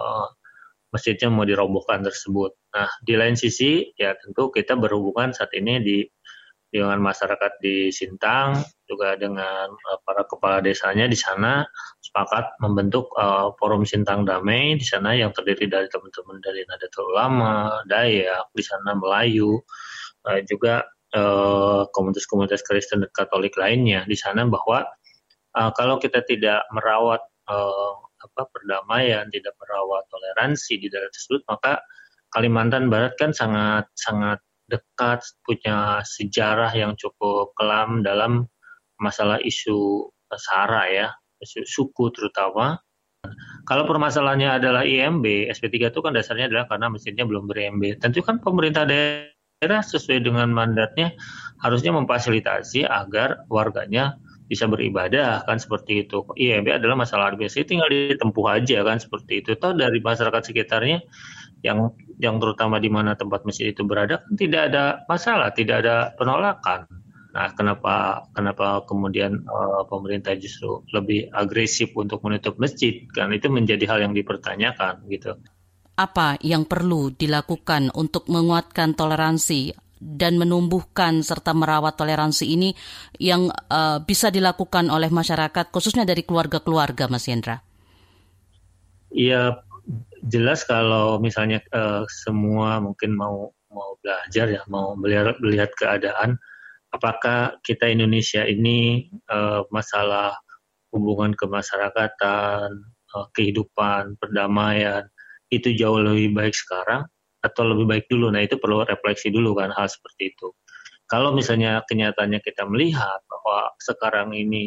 masjidnya mau dirobohkan tersebut. Nah, di lain sisi ya tentu kita berhubungan saat ini dengan masyarakat di Sintang, juga dengan para kepala desanya di sana, sepakat membentuk forum Sintang Damai di sana yang terdiri dari teman-teman dari Nahdlatul Ulama, Dayak, di sana Melayu, juga komunitas-komunitas Kristen dan Katolik lainnya di sana, bahwa kalau kita tidak merawat perdamaian, tidak merawat toleransi di daerah tersebut, maka Kalimantan Barat kan sangat dekat, punya sejarah yang cukup kelam dalam masalah isu SARA ya, isu suku terutama. Kalau permasalahannya adalah IMB, SP3 itu kan dasarnya adalah karena masjidnya belum ber-IMB. Tentu kan pemerintah daerah sesuai dengan mandatnya harusnya memfasilitasi agar warganya bisa beribadah kan, seperti itu. IMB adalah masalah administrasi, tinggal ditempuh aja kan, seperti itu. Toh dari masyarakat sekitarnya yang terutama di mana tempat masjid itu berada kan tidak ada masalah, tidak ada penolakan. Nah, kenapa kemudian pemerintah justru lebih agresif untuk menutup masjid? Kan itu menjadi hal yang dipertanyakan gitu. Apa yang perlu dilakukan untuk menguatkan toleransi dan menumbuhkan serta merawat toleransi ini yang bisa dilakukan oleh masyarakat, khususnya dari keluarga-keluarga, Mas Hendra? Iya, jelas kalau misalnya semua mungkin mau belajar ya, mau melihat keadaan, apakah kita Indonesia ini masalah hubungan kemasyarakatan, kehidupan, perdamaian, itu jauh lebih baik sekarang atau lebih baik dulu. Nah, itu perlu refleksi dulu kan hal seperti itu. Kalau misalnya kenyataannya kita melihat bahwa sekarang ini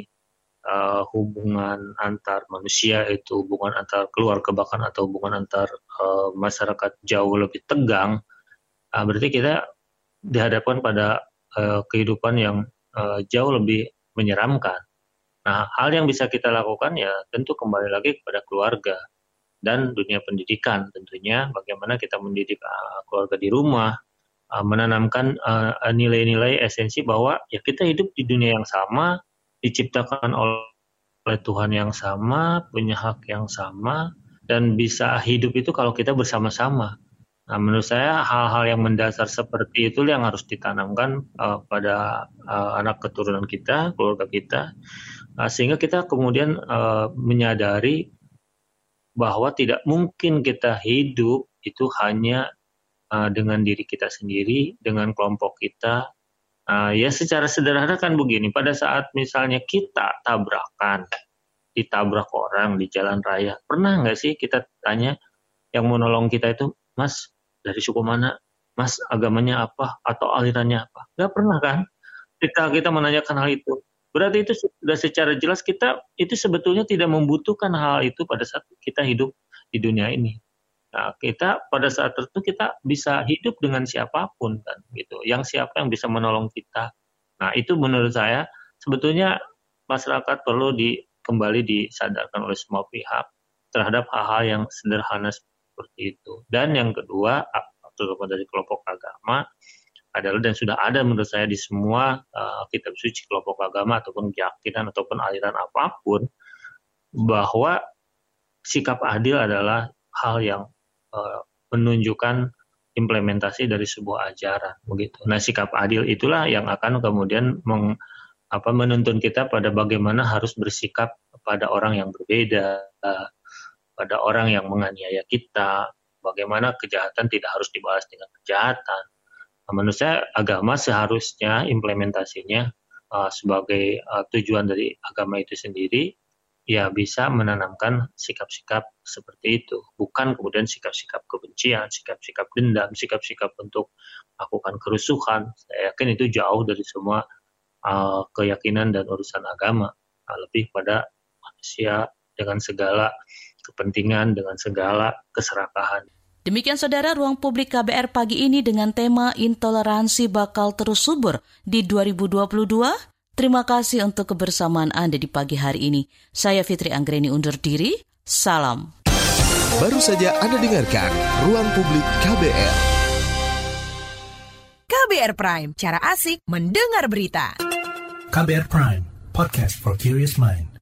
hubungan antar manusia, itu hubungan antar keluarga bahkan atau hubungan antar masyarakat jauh lebih tegang, berarti kita dihadapkan pada kehidupan yang jauh lebih menyeramkan. Nah, hal yang bisa kita lakukan ya tentu kembali lagi kepada keluarga dan dunia pendidikan tentunya, bagaimana kita mendidik keluarga di rumah, menanamkan nilai-nilai esensi bahwa ya kita hidup di dunia yang sama, diciptakan oleh Tuhan yang sama, punya hak yang sama, dan bisa hidup itu kalau kita bersama-sama. Nah, menurut saya hal-hal yang mendasar seperti itu yang harus ditanamkan pada anak keturunan kita, keluarga kita, sehingga kita kemudian menyadari bahwa tidak mungkin kita hidup itu hanya dengan diri kita sendiri, dengan kelompok kita. Ya secara sederhana kan begini, pada saat misalnya kita ditabrak orang di jalan raya, pernah nggak sih kita tanya yang mau nolong kita itu, Mas dari suku mana, Mas agamanya apa, atau alirannya apa? Nggak pernah kan kita menanyakan hal itu. Berarti itu sudah secara jelas kita itu sebetulnya tidak membutuhkan hal itu pada saat kita hidup di dunia ini. Nah, kita pada saat tertentu kita bisa hidup dengan siapapun kan gitu. Yang siapa yang bisa menolong kita. Nah, itu menurut saya sebetulnya masyarakat perlu kembali disadarkan oleh semua pihak terhadap hal-hal yang sederhana seperti itu. Dan yang kedua, terutama dari kelompok agama, adalah, dan sudah ada menurut saya di semua kitab suci kelompok agama ataupun keyakinan ataupun aliran apapun, bahwa sikap adil adalah hal yang menunjukkan implementasi dari sebuah ajaran begitu. Nah, sikap adil itulah yang akan kemudian menuntun kita pada bagaimana harus bersikap pada orang yang berbeda, pada orang yang menganiaya kita, bagaimana kejahatan tidak harus dibalas dengan kejahatan. Nah, menurut saya agama seharusnya implementasinya sebagai tujuan dari agama itu sendiri ya bisa menanamkan sikap-sikap seperti itu, bukan kemudian sikap-sikap kebencian, sikap-sikap dendam, sikap-sikap untuk melakukan kerusuhan. Saya yakin itu jauh dari semua keyakinan dan urusan agama, lebih pada manusia dengan segala kepentingan, dengan segala keserakahan. Demikian saudara, Ruang Publik KBR pagi ini dengan tema intoleransi bakal terus subur di 2022. Terima kasih untuk kebersamaan Anda di pagi hari ini. Saya Fitri Anggreni undur diri. Salam. Baru saja Anda dengarkan Ruang Publik KBR. KBR Prime, cara asik mendengar berita. KBR Prime, podcast for curious mind.